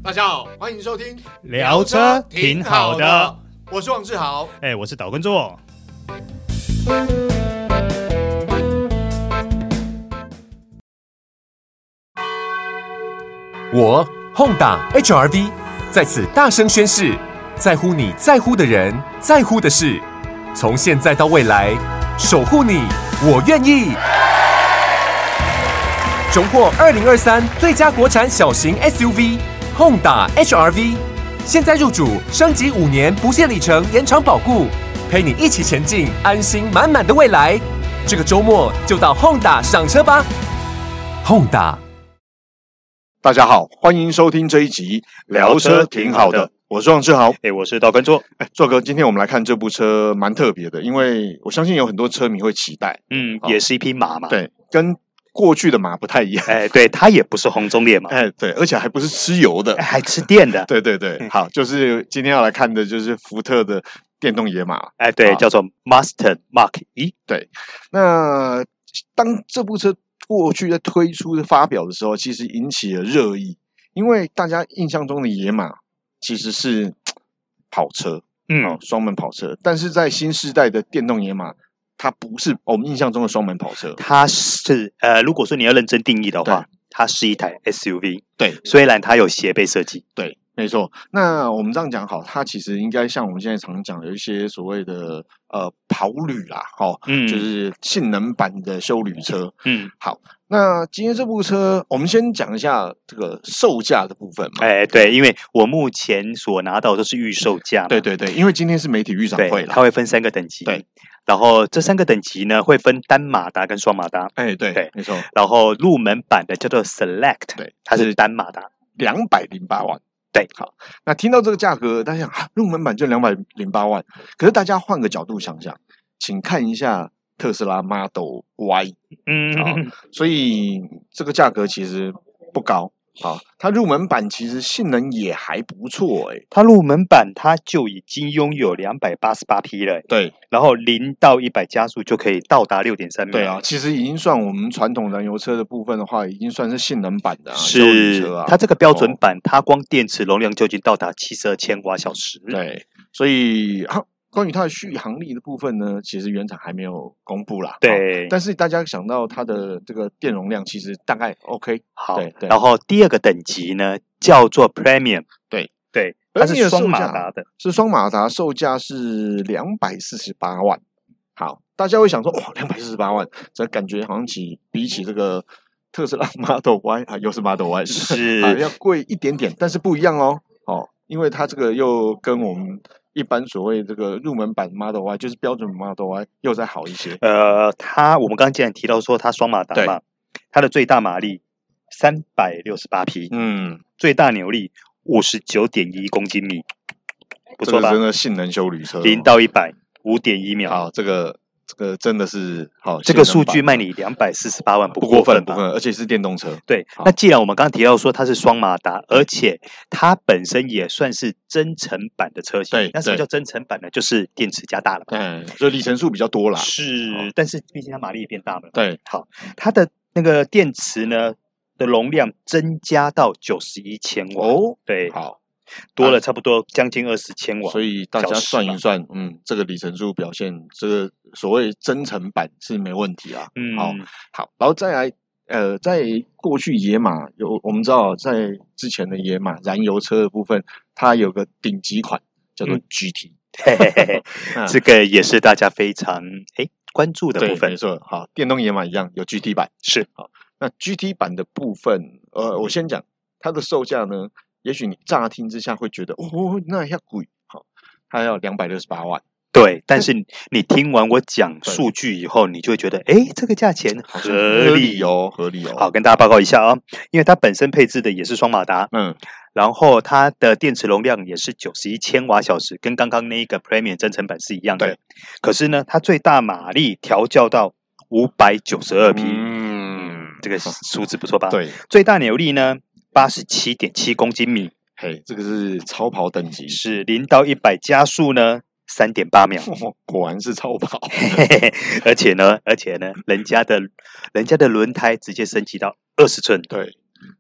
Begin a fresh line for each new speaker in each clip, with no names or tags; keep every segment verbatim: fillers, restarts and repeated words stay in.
大家好，欢迎收听
聊车挺好的，
我是王志豪，
哎、欸，我是岛根座。
我 Honda H R V 在此大声宣誓，在乎你在乎的人，在乎的事，从现在到未来，守护你，我愿意。荣获二零二三最佳国产小型 S U V Honda H R V， 现在入主，升级五年不限里程延长保固，陪你一起前进，安心满满的未来。这个周末就到 Honda 赏车吧 ，Honda。
大家好，欢迎收听这一集聊车挺好的，我是王志豪，
哎、欸，我是岛根座。
哎，座哥，今天我们来看这部车蛮特别的，因为我相信有很多车迷会期待，
嗯，也是一匹马嘛，
对，跟过去的马不太一样，
哎，对，它也不是红中烈马，
哎，对，而且还不是吃油的，
还吃电的，
对对对，好，就是今天要来看的就是福特的电动野马，
哎，对，叫做 Mustang Mach 一，
对，那当这部车过去在推出发表的时候，其实引起了热议，因为大家印象中的野马其实是跑车，
嗯，
哦，双门跑车，但是在新世代的电动野马，它不是我们印象中的双门跑车，
它是呃，如果说你要认真定义的话，它是一台 S U V，
对，
虽然它有斜背设计，
对，没错。那我们这样讲好，它其实应该像我们现在常讲有一些所谓的呃跑旅啦，哦，嗯，就是性能版的休旅车，嗯，好。那今天这部车，我们先讲一下这个售价的部分嘛。
哎，对，因为我目前所拿到的都是预售价，
对对对，因为今天是媒体预展会啦，
它会分三个等级，
对。
然后这三个等级呢，会分单马达跟双马达。
哎，对对，没错。
然后入门版的叫做 Select，
对，
它是单马达，
两百零八万。
对，
好，那听到这个价格，大家想，啊、入门版就两百零八万。可是大家换个角度想想，请看一下特斯拉 Model Y， 嗯，好，所以这个价格其实不高。好，它入门版其实性能也还不错，哎，
它入门版它就已经拥有两百八十八匹了，
对，
然后零到一百加速就可以到达六点三秒，
对啊，其实已经算我们传统燃油车的部分的话，已经算是性能版的、啊，
是
车啊，
它这个标准版，哦、它光电池容量就已经到达七十二千瓦小时，
对，所以啊。关于它的续航力的部分呢，其实原厂还没有公布啦。
对，
但是大家想到它的这个电容量，其实大概 OK。
好，
对对。
然后第二个等级呢，叫做 Premium。
对
对，它是双马达的，
是双马达，售价是两百四十八万。好，大家会想说，哇，两百四十八万，这感觉好像起比起这个特斯拉 Model Y 啊，又是 Model Y，
是
啊，要贵一点点，但是不一样哦。哦，因为它这个又跟我们一般所谓这个入门版 Model Y 就是标准 Model Y 又再好一些。
呃，它我们刚刚既然提到说它双马达嘛，它的最大马力三百六十八匹，嗯，最大扭力五十九点一公斤米，不错吧？
这个真的性能休旅车，
零到一百五点一秒。
好，这个这个真的是好，
这个数据卖你两百四十八万，不
过分，
不
过分，而且是电动车。
对，那既然我们刚刚提到说它是双马达，而且它本身也算是增程版的车型。
对，
那什么叫增程版呢？就是电池加大了嘛。
嗯，所以里程数比较多啦。
是，但是毕竟它马力也变大了。
对，
好，它的那个电池呢的容量增加到九十一千瓦。
哦，
对，
好。
多了差不多将近二十千瓦，
所以大家算一算，嗯，这个里程数表现，这个所谓增程版是没问题啊。嗯，好，好，然后再来，呃，在过去野马有我们知道，在之前的野马燃油车的部分，它有个顶级款叫做 G T，、
嗯、嘿嘿嘿这个也是大家非常哎关注的部分。
没错，好，电动野马一样有 G T 版，
是
好，那 G T 版的部分，呃，我先讲它的售价呢。也许你乍听之下会觉得哦，那要贵，好，它要两百六十八万。
对，但是你听完我讲数据以后，你就会觉得，哎，这个价钱合理
哦，合理哦。
好，跟大家报告一下啊、哦，因为它本身配置的也是双马达，嗯，然后它的电池容量也是九十一千瓦小时，跟刚刚那个 Premium 增程版是一样的。
对，
可是呢，它最大马力调教到五百九十二匹，嗯，这个数字不错吧？
对，
最大扭力呢？八十七点七公斤米，
嘿，这个是超跑等级，
是零到一百加速呢三点八秒、
哦，果然是超跑。
而且呢，而且呢，人家的人家的轮胎直接升级到二十寸，
对，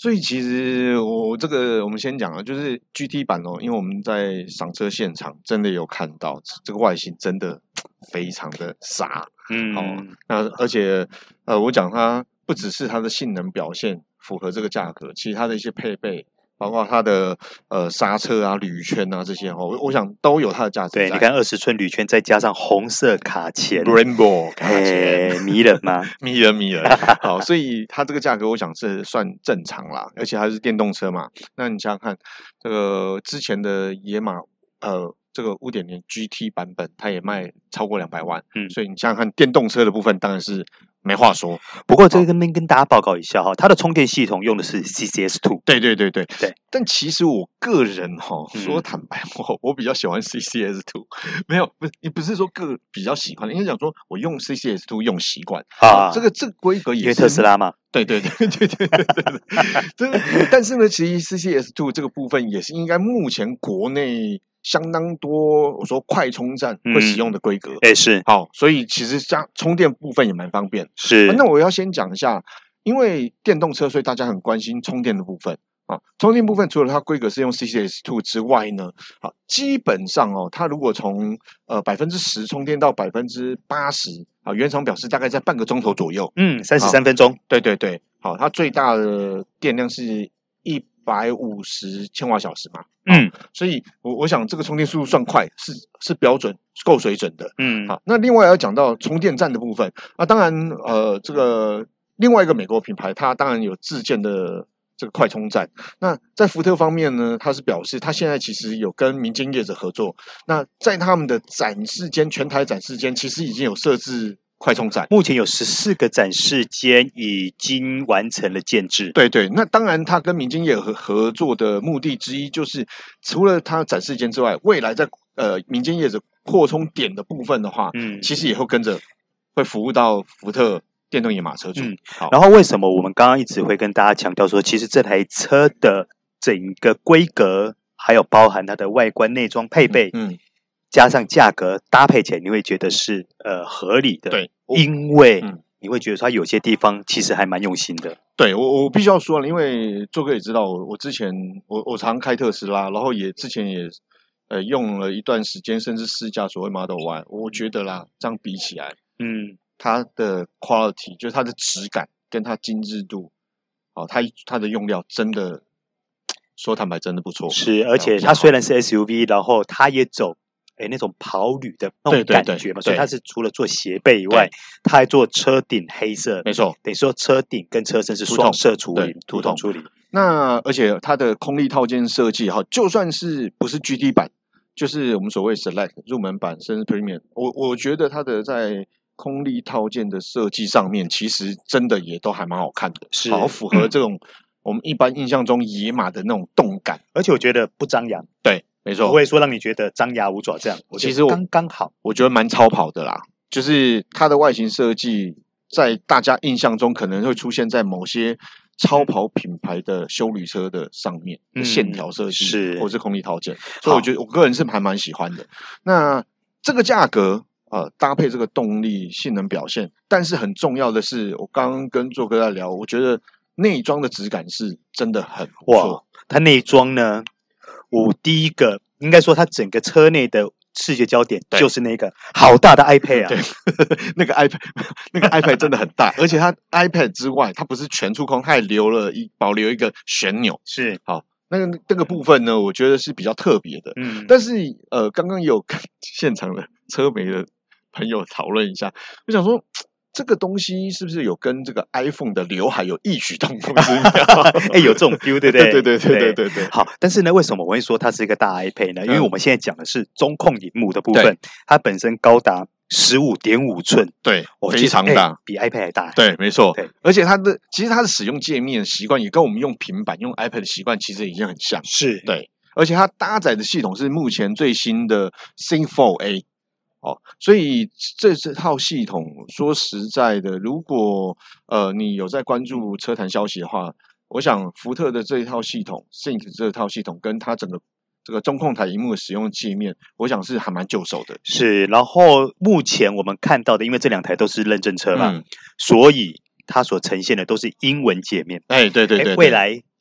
所以其实我这个我们先讲了，就是 G T 版哦，因为我们在赏车现场真的有看到这个外形真的非常的傻，嗯，哦，那而且呃，我讲它不只是它的性能表现符合这个价格，其实它的一些配备。包括它的呃刹车啊、铝圈啊这些哦，我我想都有它的价值在。
对，你看二十寸铝圈，再加上红色卡钳
，Rainbow 卡钳，
迷人吗？
迷人迷人。好，所以它这个价格我想是算正常啦，而且它是电动车嘛。那你想想看，这个之前的野马呃这个 五点零 G T 版本，它也卖超过两百万，嗯，所以你想想看，电动车的部分当然是。没话说，
不过这个跟跟大家报告一下哈，它的充电系统用的是 C C S 二。
对对对对
对。
但其实我个人哈说坦白，我我比较喜欢 C C S 二，没有不是你不是说个比较喜欢，应该讲说我用 C C S 二用习惯啊，这个这个规格也是
因为特斯拉嘛。
对对对对对对对对。这个但是呢，其实 C C S 二这个部分也是应该目前国内。相当多，我说快充站会使用的规格，
哎、嗯欸、是
好，所以其实加充电部分也蛮方便。
是、
啊，那我要先讲一下，因为电动车，所以大家很关心充电的部分啊。充电部分除了它规格是用 C C S 二之外呢，啊，基本上哦，它如果从呃百分之十充电到百分之八十啊，原厂表示大概在半个钟头左右，
嗯，三十三分钟。
对对对，好，它最大的电量是一百五十千瓦小时嘛。嗯，所以我我想这个充电速度算快，是是标准够水准的。嗯，好，那另外要讲到充电站的部分，那当然呃，这个另外一个美国品牌，它当然有自建的这个快充站。那在福特方面呢，它是表示它现在其实有跟民间业者合作，那在他们的展示间，全台展示间其实已经有设置。快充站
目前有十四个展示间已经完成了建制。
对对，那当然，它跟民间业合合作的目的之一，就是除了它展示间之外，未来在呃民间业者扩充点的部分的话，嗯，其实也会跟着会服务到福特电动野马车主。嗯，
好。然后为什么我们刚刚一直会跟大家强调说，其实这台车的整个规格，还有包含它的外观、内装配备，嗯。嗯加上价格搭配起来，你会觉得是呃合理的，
对，
因为你会觉得说它有些地方其实还蛮用心的。
对我我必须要说了，因为做哥也知道，我我之前我我常开特斯拉，然后也之前也呃用了一段时间，甚至试驾所谓 Model Y， 我觉得啦，这样比起来，嗯，它的 quality 就是它的质感跟它精致度，哦，它它的用料真的说坦白真的不错，
是，而且它虽然是 S U V， 然后它也走。哎，那种跑旅的那种感觉嘛，所以它是除了做斜背以外，它还做车顶黑色，
没错，
等于说车顶跟车身是双色处理，
涂
统处理。
那而且它的空力套件设计哈，就算是不是 G T 版，就是我们所谓 Select 入门版甚至 Premium， 我我觉得它的在空力套件的设计上面，其实真的也都还蛮好看的，
是
好符合这种、嗯、我们一般印象中野马的那种动感，
而且我觉得不张扬，
对。没错，
不会说让你觉得张牙舞爪这样。
其实我
刚刚好，
我觉得蛮超跑的啦。就是它的外形设计，在大家印象中可能会出现在某些超跑品牌的休旅车的上面，嗯、线条设计是或是空力套件，所以我觉得我个人是还蛮喜欢的。那这个价格呃搭配这个动力性能表现，但是很重要的是，我刚刚跟做哥在聊，我觉得内装的质感是真的很不错。
它内装呢？我第一个应该说，它整个车内的视觉焦点就是那个好大的 iPad 啊，
对，那个 iPad， 那个 iPad 真的很大，而且它 iPad 之外，它不是全触控，它还留了一保留一个旋钮，
是
好，那个这个部分呢，我觉得是比较特别的，嗯，但是呃，刚刚有跟现场的车媒的朋友讨论一下，我想说。这个东西是不是有跟这个 iPhone 的刘海有异曲同工之妙？
哎，有这种 feel， 对不对？
对对对对对对对。
好，但是呢，为什么我会说它是一个大 iPad 呢？因为我们现在讲的是中控萤幕的部分，它本身高达 十五点五寸，
对，非常大，
比 iPad 还大。
对，没错。对，而且它的其实它的使用界面习惯也跟我们用平板、用 iPad 的习惯其实已经很像。
是，
对，而且它搭载的系统是目前最新的 Sync 四 A。哦，所以这这套系统说实在的，如果呃你有在关注车坛消息的话，我想福特的这一套系统 Sync 这套系统跟它整个这个中控台萤幕的使用界面，我想是还蛮就手的。
是，然后目前我们看到的，因为这两台都是认证车嘛，嗯、所以它所呈现的都是英文界面。
哎，对对 对, 对，
未来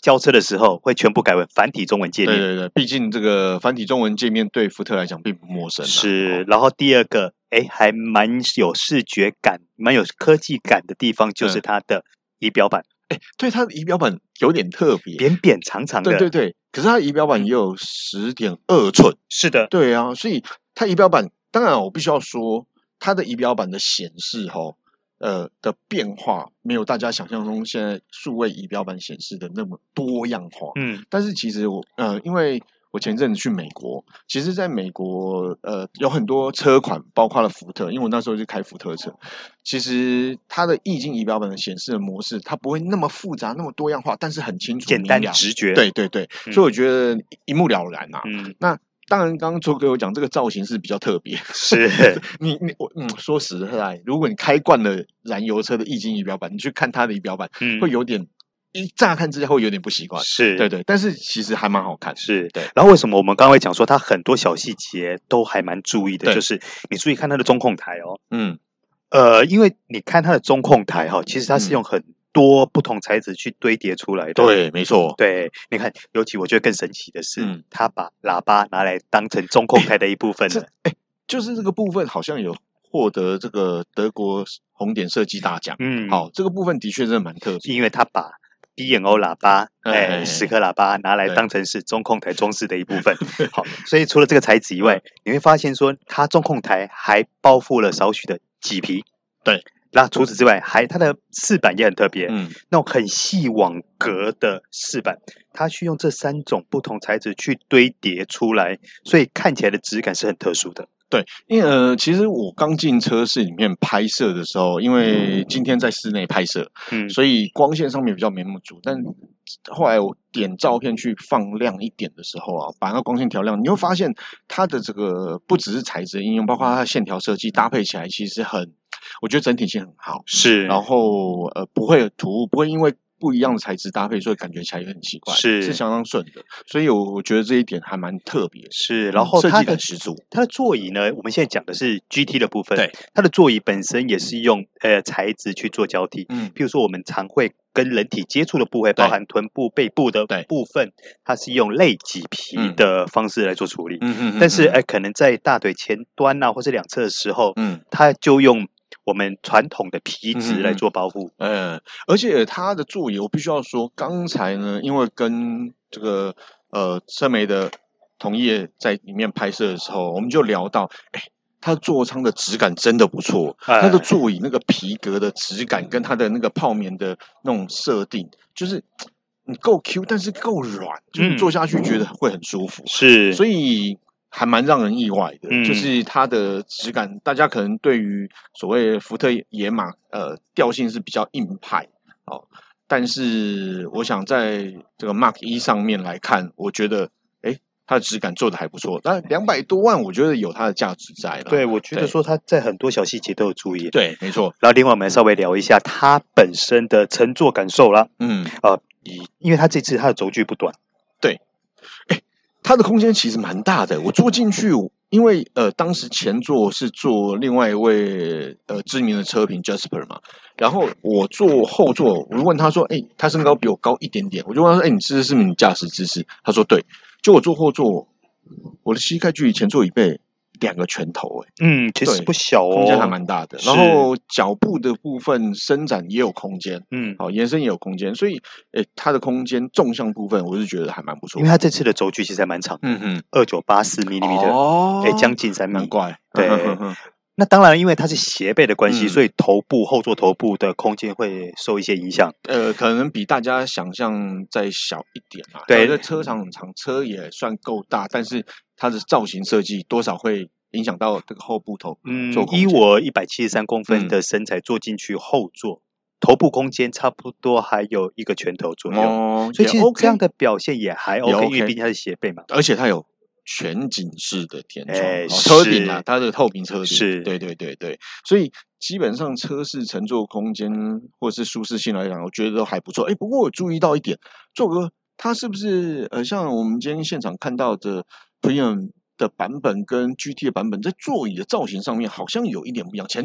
交车的时候会全部改为繁体中文界面。
对对对，毕竟这个繁体中文界面对福特来讲并不陌生。
是，然后第二个，哎，还蛮有视觉感、蛮有科技感的地方，就是它的仪表板。
哎、嗯，对，它的仪表板有点特别，
扁扁长长的。
对对对，可是它的仪表板也有十点二寸。
是的，
对啊，所以它仪表板，当然我必须要说，它的仪表板的显示吼。呃的变化没有大家想象中现在数位仪表板显示的那么多样化，嗯，但是其实我呃，因为我前阵子去美国，其实在美国呃有很多车款，包括了福特，因为我那时候就开福特车，其实它的液晶仪表板的显示的模式，它不会那么复杂、那么多样化，但是很清楚、
简单直觉，
对对对，嗯、所以我觉得一目了然啊，嗯，那。当然，刚刚周哥有讲这个造型是比较特别，
是
你你我嗯，说实在，如果你开惯了燃油车的液晶仪表板，你去看它的仪表板，嗯，会有点一乍看之下会有点不习惯，
是
对对，但是其实还蛮好看，
是
对。
然后为什么我们刚刚会讲说它很多小细节都还蛮注意的，就是你注意看它的中控台哦，嗯，呃，因为你看它的中控台哈、哦，其实它是用很多不同材质去堆叠出来的，
对，没错。
对，你看，尤其我觉得更神奇的是，嗯、他把喇叭拿来当成中控台的一部分了。
哎、欸，就是这个部分好像有获得这个德国红点设计大奖。嗯，好，这个部分的确真的蛮特别，
因为他把 B and O 喇叭，哎，十颗喇叭拿来当成是中控台装饰的一部分。好，所以除了这个材质以外，你会发现说，它中控台还包覆了少许的麂皮。
对。
那除此之外，还它的饰板也很特别，嗯，那种很细网格的饰板，它去用这三种不同材质去堆叠出来，所以看起来的质感是很特殊的。
对，因为呃，其实我刚进车室里面拍摄的时候，因为今天在室内拍摄，嗯，所以光线上面比较没那么足。但后来我点照片去放亮一点的时候啊，把那光线调亮，你会发现它的这个不只是材质的应用，包括它的线条设计搭配起来，其实很，我觉得整体性很好。
是，
然后呃，不会突兀，不会因为不一样的材质搭配，所以感觉起来也很奇怪，
是
是相当顺的，所以我我觉得这一点还蛮特别。
是，然后它的
十足，
它的座椅呢，我们现在讲的是 G T 的部分，
对，
它的座椅本身也是用呃材质去做交替，嗯，譬如说我们常会跟人体接触的部位，包含臀部、背部的部分，它是用类麂皮的方式来做处理，嗯嗯，但是哎、呃，可能在大腿前端啊，或是两侧的时候，嗯，它就用我们传统的皮质来做包覆，
嗯，而且它的座椅，我必须要说，刚才呢，因为跟这个呃车媒的同业在里面拍摄的时候，我们就聊到，哎，它座舱的质感真的不错，哎、它的座椅那个皮革的质感跟它的那个泡棉的那种设定，就是你够 Q， 但是够软，就是坐下去觉得会很舒服，
是，
所以。还蛮让人意外的，嗯、就是它的质感，大家可能对于所谓福特野马呃调性是比较硬派哦，但是我想在这个 Mark 一上面来看，我觉得哎，它的质感做的还不错。但两百多万，我觉得有它的价值在了。
对，我觉得说它在很多小细节都有注意。
对，没错。
然后另外我们稍微聊一下它本身的乘坐感受啦。嗯，呃，因为它这次它的轴距不短。
对，哎。它的空间其实蛮大的，我坐进去，因为呃当时前座是坐另外一位呃知名的车评 Jasper 嘛，然后我坐后座，我就问他说，哎、欸，他身高比我高一点点，我就问他说，哎、欸，你这是不是你驾驶姿势？他说对，就我坐后座，我的膝盖距离前座椅背两个拳头、欸，哎，
嗯，其实不小哦，
空间还蛮大的。然后脚部的部分伸展也有空间，嗯，好、哦，延伸也有空间，所以，诶，它的空间纵向部分我是觉得还蛮不错，
因为它这次的轴距其实还蛮长，嗯嗯，二九八四毫米，哦，哎，将近三米，
难怪，
对。
呵呵呵
那当然，因为它是斜背的关系，嗯、所以头部后座头部的空间会受一些影响。
呃，可能比大家想象再小一点啊。对，这车长很长，车也算够大，但是它的造型设计多少会影响到这个后部头。
嗯，以我一百七十三公分的身材坐进去后座，嗯、头部空间差不多还有一个拳头左右。哦，所以其实这样的表现也还 OK，, 也 OK 因为毕竟它是斜背嘛，
而且它有。全景式的天窗，欸、车顶啊，它的透明车顶，
是，
对对对对，所以基本上车室乘坐空间或是舒适性来讲，我觉得都还不错。哎，不过我注意到一点，做哥它是不是呃，像我们今天现场看到的 Premium 的版本跟 G T 的版本，在座椅的造型上面好像有一点不一样，前座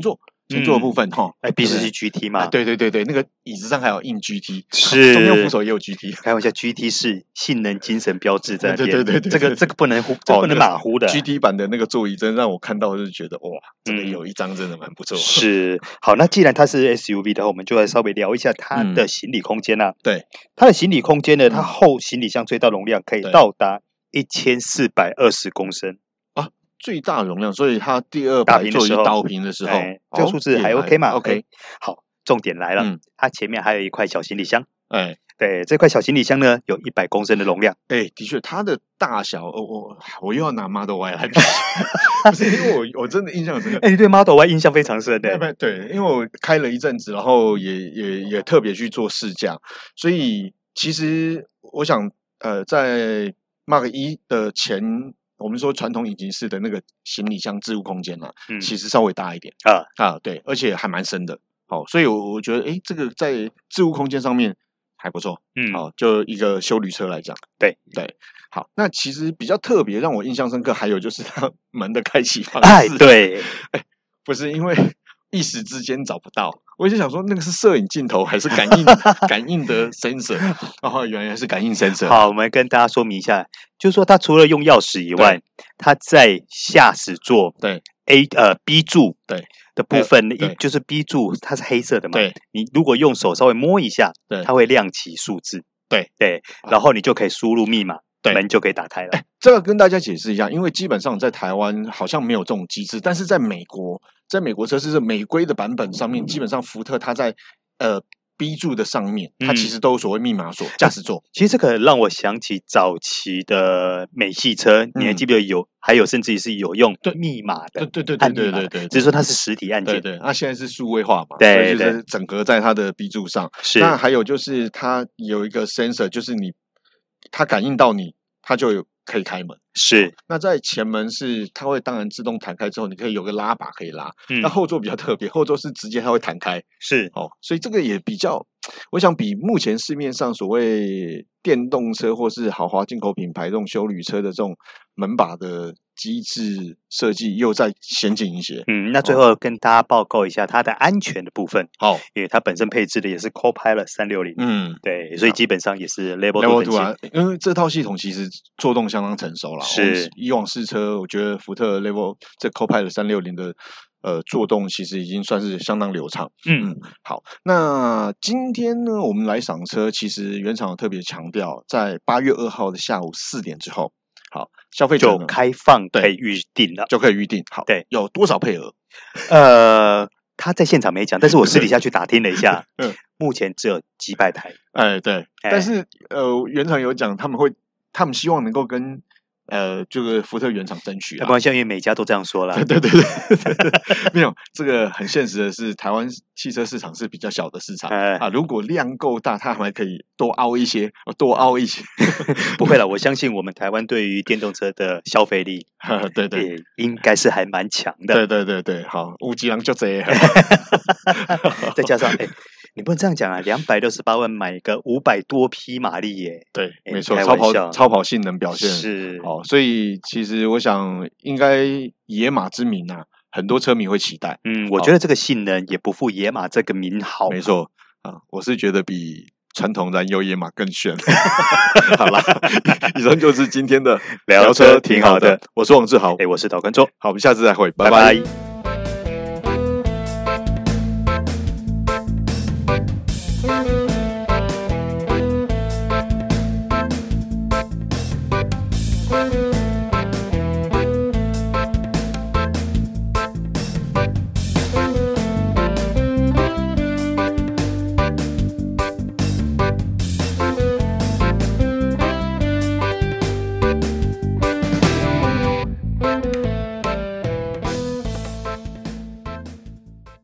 前座的部分哈，
哎 ，B 四七 G T 嘛、啊，
对对对对，那个椅子上还有印 G T，
是
中央扶手也有 G T，
开玩笑 ，G T 是性能精神标志在那边，
对对对对，
这个这个不能忽，这个不能马虎的。
G T 版的那个座椅真让我看到就是觉得哇，这个有一张真的蛮不错。
嗯、是，好，那既然它是 S U V 的话，我们就来稍微聊一下它的行李空间啊。
嗯、对，
它的行李空间呢，它后行李箱最大容量可以到达一千四百二十公升。
最大容量，所以它第二排座椅倒平的时候，
哎、这个数字还 OK 嘛
？OK，
好，重点来了，嗯、它前面还有一块小行李箱，
哎，
对，这块小行李箱呢有一百公升的容量，
哎，的确，它的大小，我、哦、我我又要拿 Model Y 来比，不是因为我我真的印象很深刻，
哎，你对 Model Y 印象非常深的，
对对，因为我开了一阵子，然后也也也特别去做试驾，所以其实我想，呃，在 Mark 一的前。我们说传统引擎式的那个行李箱置物空间啊，嗯、其实稍微大一点啊啊，对，而且还蛮深的。好、哦，所以我我觉得，哎，这个在置物空间上面还不错。嗯，好、哦，就一个休旅车来讲，
对
对。好，那其实比较特别让我印象深刻，还有就是它门的开启方
式。哎，对，
哎，不是因为一时之间找不到。我就想说，那个是摄影镜头还是感应感应的 sensor？ 哦，原来是感应 sensor。
好，我们跟大家说明一下，就是说它除了用钥匙以外，它在驾驶座
对
A 呃 B 柱
对
的部分，一就是 B 柱它是黑色的嘛，
对，
你如果用手稍微摸一下，
对，
它会亮起数字，
对
对，然后你就可以输入密码。门就可以打开了。
哎，这个跟大家解释一下，因为基本上在台湾好像没有这种机制，但是在美国，在美国车是美规的版本上面，基本上福特它在呃 B 柱的上面，它其实都有所谓密码锁驾驶座。
其实这个让我想起早期的美系车，你还记不记得有？还有甚至于是有用密码的，
对对对对对对，
只是说它是实体按键。
对对，那现在是数位化嘛，
对，
就是整合在它的 B 柱上。
是。
那还有就是它有一个 sensor， 就是你它感应到你。它就有可以开门，
是。
那在前门是它会当然自动弹开之后，你可以有个拉把可以拉。嗯。那后座比较特别，后座是直接它会弹开，
是
哦，所以这个也比较，我想比目前市面上所谓电动车或是豪华进口品牌这种休旅车的这种门把的机制设计又再先进一些。
嗯，那最后跟大家报告一下它的安全的部分。
好、哦，
因为它本身配置的也是 Copilot 三六零。嗯，对，所以基本上也是 Level
Level two 啊，因为这套系统其实做动相当成熟了。
是，
以往试车，我觉得福特 Level 这 Copilot 三六零的呃做动其实已经算是相当流畅。嗯，好，那今天呢，我们来赏车，其实原厂有特别强调，在八月二号的下午四点之后。好，消费者
就开放可以预定了，
就可以预定。好，
对，
有多少配额？
呃，他在现场没讲，但是我私底下去打听了一下，嗯，目前只有几百台。
哎，对，哎、但是呃，原厂有讲他们会，他们希望能够跟呃，这个福特原厂争取啊。
没关系，因为每家都这样说了。
对对对对，没有这个很现实的是，台湾汽车市场是比较小的市场、哎、啊。如果量够大，它还可以多凹一些，多凹一些。
不会了，我相信我们台湾对于电动车的消费力，
对对，
应该是还蛮强的。
对对对对，好，五级郎就这样。
再加上，哎。你不能这样讲啊！两百六十八万买个五百多匹马力耶，
对，没错，超跑超跑性能表现
是
哦，所以其实我想应该野马之名啊，很多车迷会期待。
嗯，我觉得这个性能也不负野马这个名号。
没错啊，我是觉得比传统燃油野马更炫。好啦，以上就是今天的
聊车挺好的，
我是王志豪，
哎，我是导观众，
好，我们下次再会，拜
拜拜。